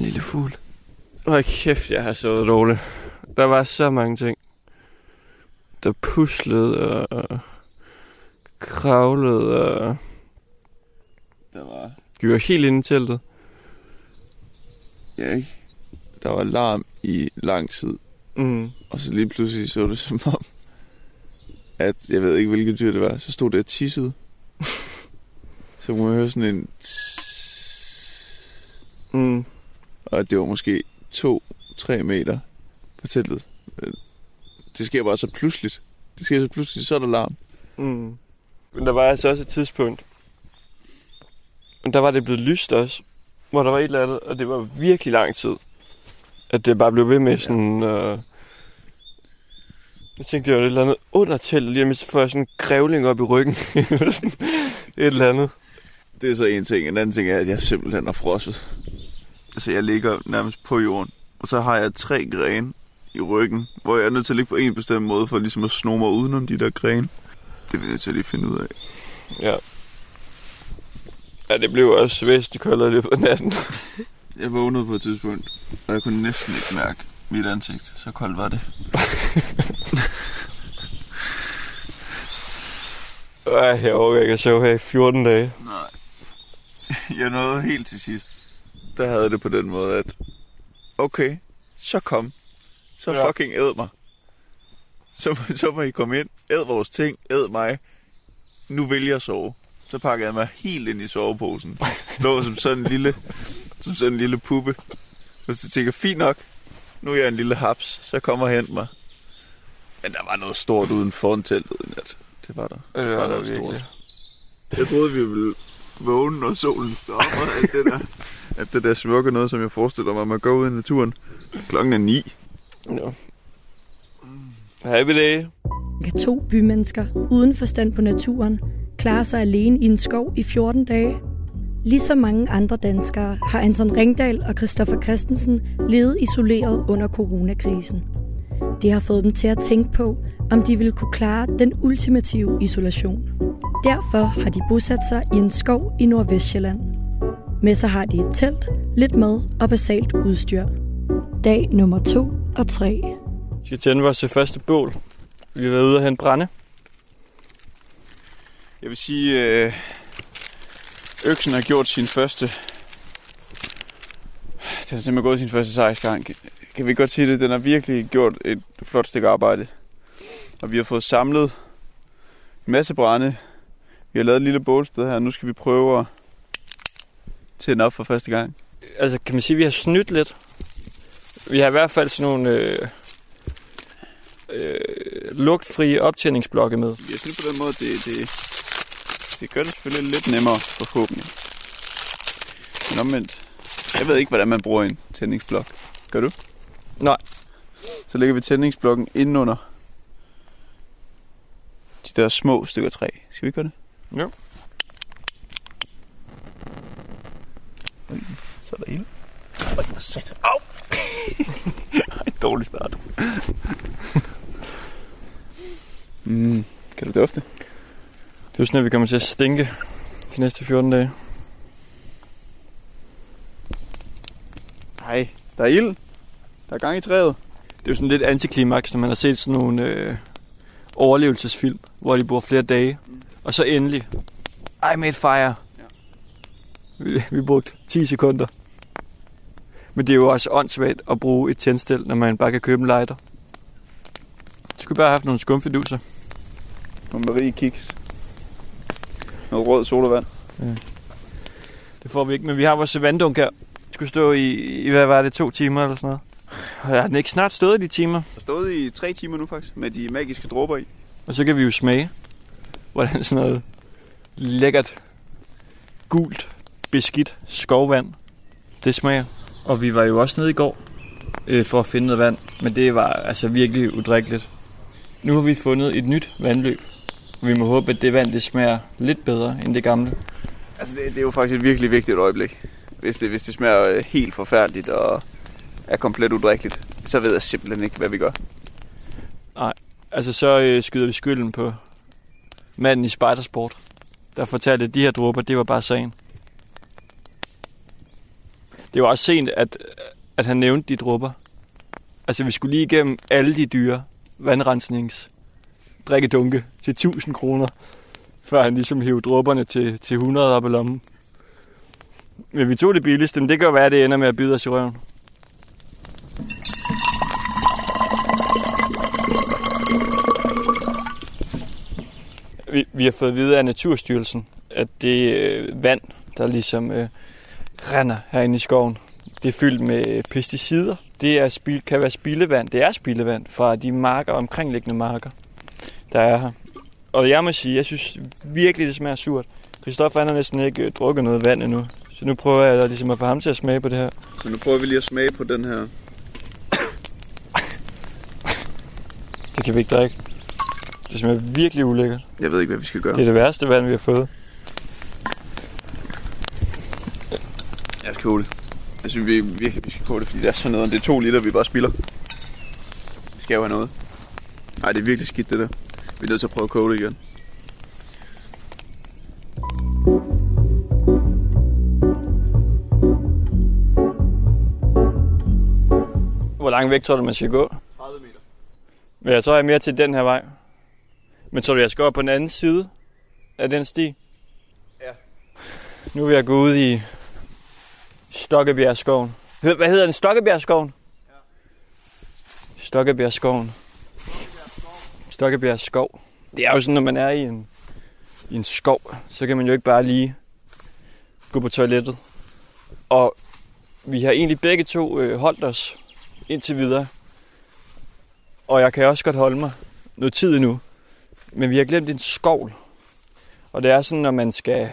lille fugl. Kæft, jeg har sovet dårligt. Der var så mange ting. Der puslede og kravlede og... Vi var helt inde i teltet. Ja, ikke? Der var larm i lang tid. Og så lige pludselig så det som om, at jeg ved ikke, hvilket dyr det var. Så stod det og tissede. Så kunne man høre sådan en... Og det var måske 2-3 meter på teltet. Det sker bare så pludseligt. Så er der larm. Men der var altså også et tidspunkt, der var det blevet lyst også, hvor der var et eller andet, og det var virkelig lang tid, at det bare blev ved med sådan... Jeg tænkte, det var et eller andet under teltet, lige om så får jeg sådan en grævling op i ryggen. Sådan et eller andet. Det er så en ting. En anden ting er, at jeg simpelthen har frosset. Altså, jeg ligger nærmest på jorden, og så har jeg 3 grene i ryggen, hvor jeg er nødt til at ligge på en bestemt måde, for ligesom at sno mig udenom de der grene. Det vil jeg til at lige finde ud af. Ja. Ja, det blev også væsentligt koldere lige på natten. Jeg vågnede på et tidspunkt, og jeg kunne næsten ikke mærke mit ansigt. Så koldt var det. Jeg overgår ikke at sove her i 14 dage. Nej. Jeg nåede helt til sidst. Der havde det på den måde, at okay, så kom. Så fucking æd mig. Så må I komme ind. Æd vores ting. Æd mig. Nu vil jeg sove. Så pakkede jeg mig helt ind i soveposen. Lå som sådan en lille puppe. Og så tænker jeg, fint nok. Nu er jeg en lille haps. Så kommer og hent mig. Men der var noget stort uden foran teltet i nat. Det var der. Det var der noget virkelig. stort. Jeg troede, vi ville vågne, når solen stopper. Alt det der smukke noget, som jeg forestiller mig, at man går ud i naturen. Klokken er 9. Ja. Happy day. Kan 2 bymennesker uden forstand på naturen klare sig alene i en skov i 14 dage? Ligesom mange andre danskere har Anton Ringdal og Christoffer Christensen levet isoleret under coronakrisen. Det har fået dem til at tænke på, om de ville kunne klare den ultimative isolation. Derfor har de bosat sig i en skov i Nordvestjylland. Med sig har de et telt, lidt mad og basalt udstyr. Dag nummer 2 og 3. Vi skal tænde vores første bål. Vi har været ude og hente brænde. Jeg vil sige, øksen har gjort sin første... Den har simpelthen gået sin første sejrsgang. Kan vi godt sige det? Den har virkelig gjort et flot stykke arbejde. Og vi har fået samlet en masse brænde. Vi har lavet et lille bålsted her. Nu skal vi prøve at tænde op for første gang. Altså, kan man sige, at vi har snydt lidt? Vi har i hvert fald sådan nogle lugtfrie optændingsblokke med. Jeg synes på den måde, det gør det selvfølgelig lidt nemmere forhåbentlig. Men omvendt, jeg ved ikke, hvordan man bruger en tændingsblok. Gør du? Nej. Så lægger vi tændingsblokken indenunder de der små stykker træ. Skal vi gøre det? Jo. Så er der ild. Øj, hvor satan. Au! Dårlig start. Kan du dufte? Det er jo sådan, at vi kommer til at stinke de næste 14 dage. Nej, der er ild. Der er gang i træet. Det er jo sådan lidt antiklimaks, når man har set sådan nogle overlevelsesfilm, hvor de bor flere dage. Og så endelig, I made fire. Ja. Vi brugte 10 sekunder. Men det er jo også åndssvagt at bruge et tændstel, når man bare kan købe en lighter. Du skulle bare have haft nogle skumfiduser. Nogle Marie Kiks. Noget rød sodavand. Ja. Det får vi ikke, men vi har vores vanddunk her. Vi skulle stå i hvad var det, 2 timer eller sådan noget. Og har den ikke snart stået i de timer? Der stod i 3 timer nu faktisk, med de magiske dråber i. Og så kan vi jo smage, hvordan sådan noget lækkert, gult, beskidt skovvand, det smager. Og vi var jo også nede i går for at finde noget vand, men det var altså virkelig udrikkeligt. Nu har vi fundet et nyt vandløb. Vi må håbe, at det vand det smager lidt bedre end det gamle. Altså det er jo faktisk et virkelig vigtigt øjeblik. Hvis det smager helt forfærdeligt og er komplet udrikkeligt, så ved jeg simpelthen ikke, hvad vi gør. Nej, altså så skyder vi skylden på manden i Spejdersport, der fortalte, at de her dråber, det var bare sagen. Det var også sent, at han nævnte de dråber. Altså, vi skulle lige igennem alle de dyre vandrensningsdrikkedunke til 1000 kroner, før han ligesom hævde dråberne til 100 op i lommen. Men vi tog det billigste, men det kan jo være, at det ender med at bide os i røven. Vi har fået at vide af Naturstyrelsen, at det vand, der ligesom render herinde i skoven, det er fyldt med pesticider. Det kan være spildevand. Det er spildevand fra de marker, omkringliggende marker, der er her. Og jeg må sige, jeg synes virkelig, det smager surt. Christoffer han har næsten ikke drukket noget vand endnu. Så nu prøver jeg ligesom at få ham til at smage på det her. Så nu prøver vi lige at smage på den her. Det kan vi ikke drikke. Det smager virkelig ulækkert. Jeg ved ikke, hvad vi skal gøre. Det er det værste vand, vi har fået. Jeg skal koge det. Jeg synes virkelig, vi skal koge det, fordi det er sådan noget. Det er 2 liter, vi bare spilder. Det skal jo have noget. Nej, det er virkelig skidt, det der. Vi er nødt til at prøve at koge det igen. Hvor langt væk tror du, man skal gå? 30 meter. Men jeg tror, jeg er mere til den her vej. Men tror du, jeg skal over på den anden side af den sti? Ja. Nu vil jeg gå ud i Stokkebjergskoven. Hvad hedder den? Stokkebjergskoven? Ja. Stokkebjergskoven. Stokkebjergskov. Det er jo sådan, når man er i en skov, så kan man jo ikke bare lige gå på toilettet. Og vi har egentlig begge to holdt os indtil videre. Og jeg kan også godt holde mig noget tid endnu. Men vi har glemt en skovl. Og det er sådan, når man skal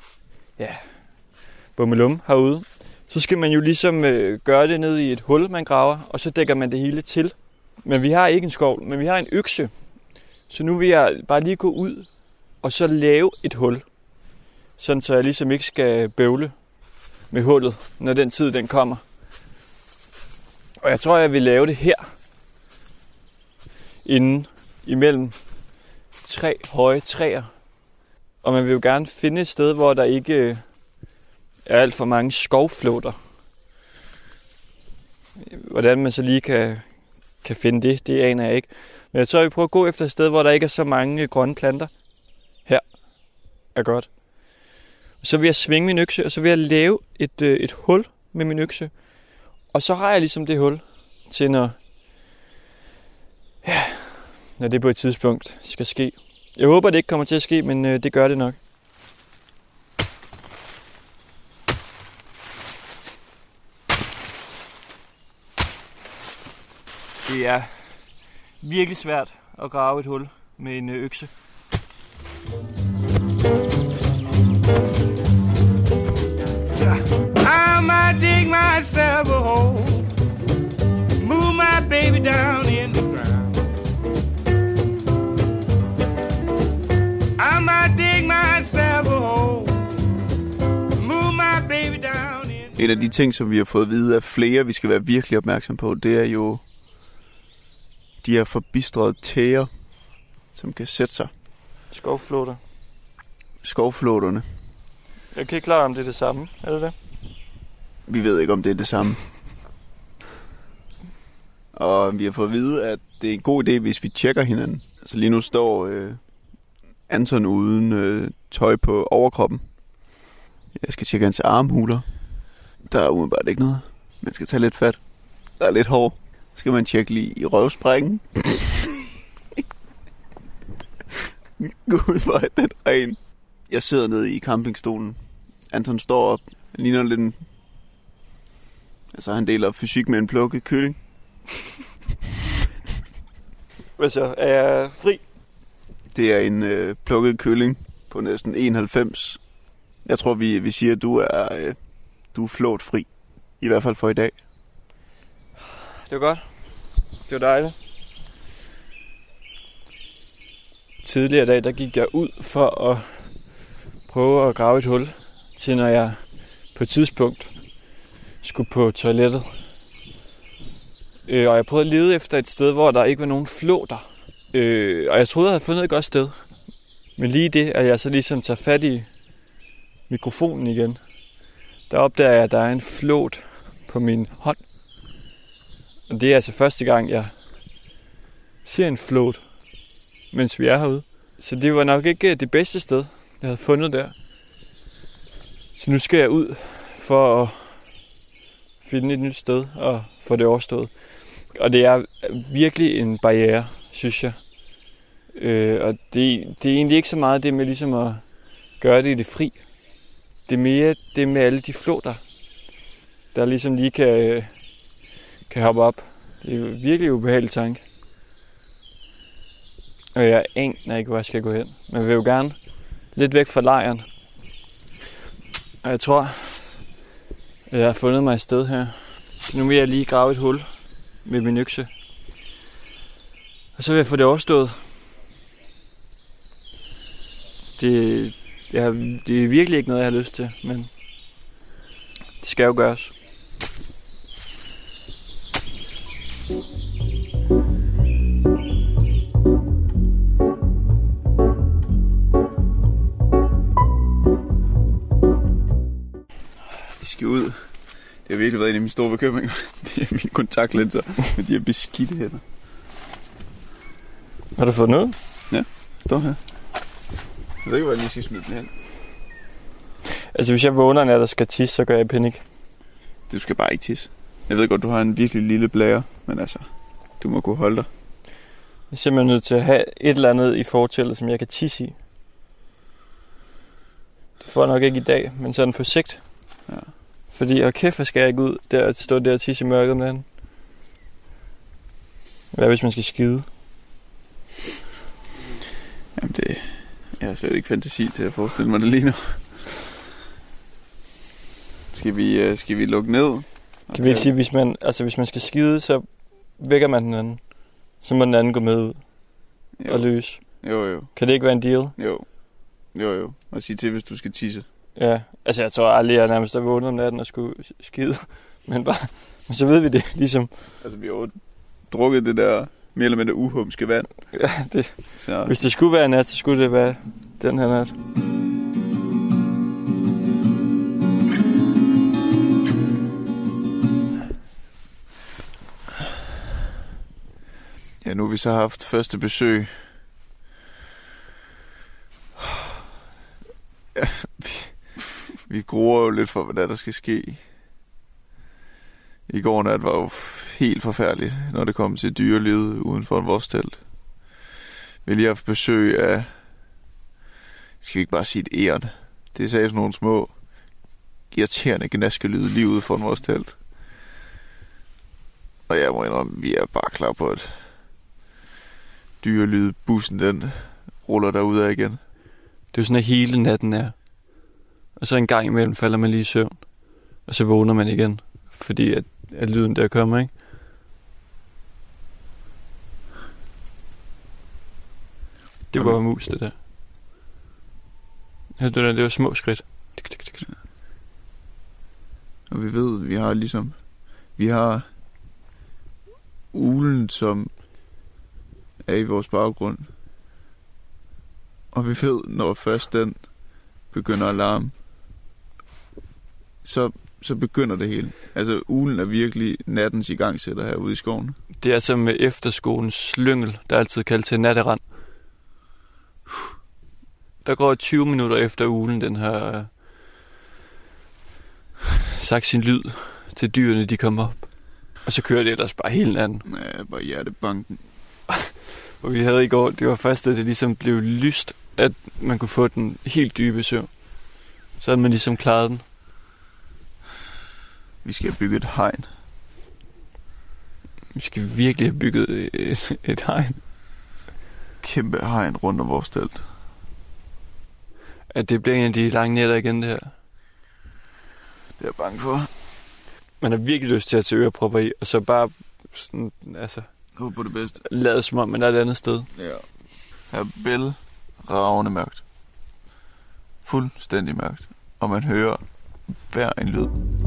bummelum herude, så skal man jo ligesom gøre det ned i et hul, man graver, og så dækker man det hele til. Men vi har ikke en skovl, men vi har en økse. Så nu vil jeg bare lige gå ud og så lave et hul. Sådan så jeg ligesom ikke skal bøvle med hullet, når den tid den kommer. Og jeg tror, jeg vil lave det her. Inden imellem 3 høje træer. Og man vil jo gerne finde et sted, hvor der ikke er alt for mange skovflåter. Hvordan man så lige kan finde det aner jeg ikke. Men jeg tror, vi prøver at gå efter et sted, hvor der ikke er så mange grønne planter. Her er godt. Og så vil jeg svinge min økse, og så vil jeg lave et hul med min økse. Og så har jeg ligesom det hul til, når det på et tidspunkt skal ske. Jeg håber, det ikke kommer til at ske, men det gør det nok. Det er virkelig svært at grave et hul med en økse. I might dig myself a hole, move my baby down in the ground. I might dig myself a hole, move my baby down in. En af de ting, som vi har fået at vide af flere, vi skal være virkelig opmærksom på, det er jo de her forbistrede tæer, som kan sætte sig. Skovflåter. Skovflåterne. Jeg kan ikke klare, om det er det samme. Er det det? Vi ved ikke, om det er det samme. Og vi har fået at vide, at det er en god idé, hvis vi tjekker hinanden. Så lige nu står Anton uden tøj på overkroppen. Jeg skal tjekke hans armhuler. Der er umiddelbart ikke noget. Man skal tage lidt fat. Der er lidt hår. Så skal man tjekke lige i røvsprækken. Gud, hvor er det ren. Jeg sidder nede i campingstolen. Anton står op. Han ligner lidt en... Altså, han deler fysik med en plukket kylling. Hvad så? Er jeg fri? Det er en plukket kylling på næsten 91. Jeg tror, vi siger, at du er flåtfri. I hvert fald for i dag. Det var godt. Det var dejligt. Tidligere i dag, der gik jeg ud for at prøve at grave et hul til, når jeg på et tidspunkt skulle på toilettet. Og jeg prøvede at lede efter et sted, hvor der ikke var nogen flåter. Og jeg troede, jeg havde fundet et godt sted. Men lige det, at jeg så ligesom tager fat i mikrofonen igen, der opdager jeg, at der er en flåt på min hånd. Og det er altså første gang, jeg ser en flåt, mens vi er herude. Så det var nok ikke det bedste sted, jeg havde fundet der. Så nu skal jeg ud for at finde et nyt sted og få det overstået. Og det er virkelig en barriere, synes jeg. Og det er egentlig ikke så meget det med ligesom at gøre det i det fri. Det er mere det med alle de flåter, der ligesom lige kan hoppe op. Det er virkelig ubehagelig tanke. Og jeg aner ikke, hvor jeg skal gå hen. Men jeg vil jo gerne lidt væk fra lejren. Og jeg tror, at jeg har fundet mig et sted her. Så nu vil jeg lige grave et hul med min økse. Og så vil jeg få det overstået. Det er virkelig ikke noget, jeg har lyst til, men det skal jo gøres. De skal ud. Det har virkelig været en af mine store bekymringer. Det er mine kontaktlinser med de her beskidte hænder. Har du fået noget? Ja, står her. Jeg ved ikke, hvor jeg lige skal smide den hen. Altså, hvis jeg vågner, når der skal tisse, så gør jeg panik. Du skal bare ikke tisse. Jeg ved godt, du har en virkelig lille blære, men altså, du må kunne holde dig. Jeg er simpelthen nødt til at have et eller andet i fortællet, som jeg kan tisse i. Det får jeg nok ikke i dag, men sådan på sigt. Ja. Fordi, og kæft, skal jeg ikke ud der at stå der og tisse i mørket med den. Hvad hvis man skal skide? Jamen jeg har slet ikke fantasi til at forestille mig det lige nu. Skal vi lukke ned? Okay. Kan vi ikke sige, hvis man skal skide, så vækker man den anden. Så må den anden gå med ud og løse. Jo. Kan det ikke være en deal? Jo. Og sige til, hvis du skal tisse. Ja, altså jeg tror aldrig, jeg nærmest er vågnet om natten og skulle skide. Men så ved vi det, ligesom. Altså vi har jo drukket det der mere eller mindre uhumske vand. Ja, så. Hvis det skulle være nat, så skulle det være den her nat. Ja, nu har vi så haft første besøg. Ja, vi gruer jo lidt for, hvad der skal ske. I går nat var jo helt forfærdeligt, når det kom til dyrelivet uden for vores telt. Vi har lige haft besøg af, skal vi ikke bare sige et æren? Det sagde sådan nogle små, irriterende gnaskelyde lige ude for vores telt. Og jeg må indrømme, vi er bare klar på, at dyrelydbussen, den ruller derudad igen. Det er jo sådan, at hele natten er. Og så en gang imellem falder man lige i søvn. Og så vågner man igen. Fordi at lyden der kommer, ikke? Det var mus, det der. Ja, det var små skridt. Og vi ved, vi har uglen, som er i vores baggrund. Og vi ved, når først den begynder at larme, så begynder det hele. Altså, uglen er virkelig nattens igangsætter herude i skoven. Det er som med efterskolens slyngel, der er altid kaldt til natterand. Der går 20 minutter efter uglen, den har sagt sin lyd til dyrene, de kommer op. Og så kører det ellers bare hele natten. Ja, bare hjertebanken. Og vi havde i går, det var først, at det ligesom blev lyst, at man kunne få den helt dybe søvn. Så havde man ligesom klaret den. Vi skal have bygget et hegn. Vi skal virkelig have bygget et hegn. Kæmpe hegn rundt om vores telt. At det bliver en af de lange nætter igen, det her. Det er jeg bange for. Man har virkelig lyst til at tage ørepropper i, og så bare sådan, altså... Håber på det bedste. Lade som om man er et andet sted. Ja. Her er bælragende mørkt. Fuldstændig mørkt. Og man hører hver en lyd.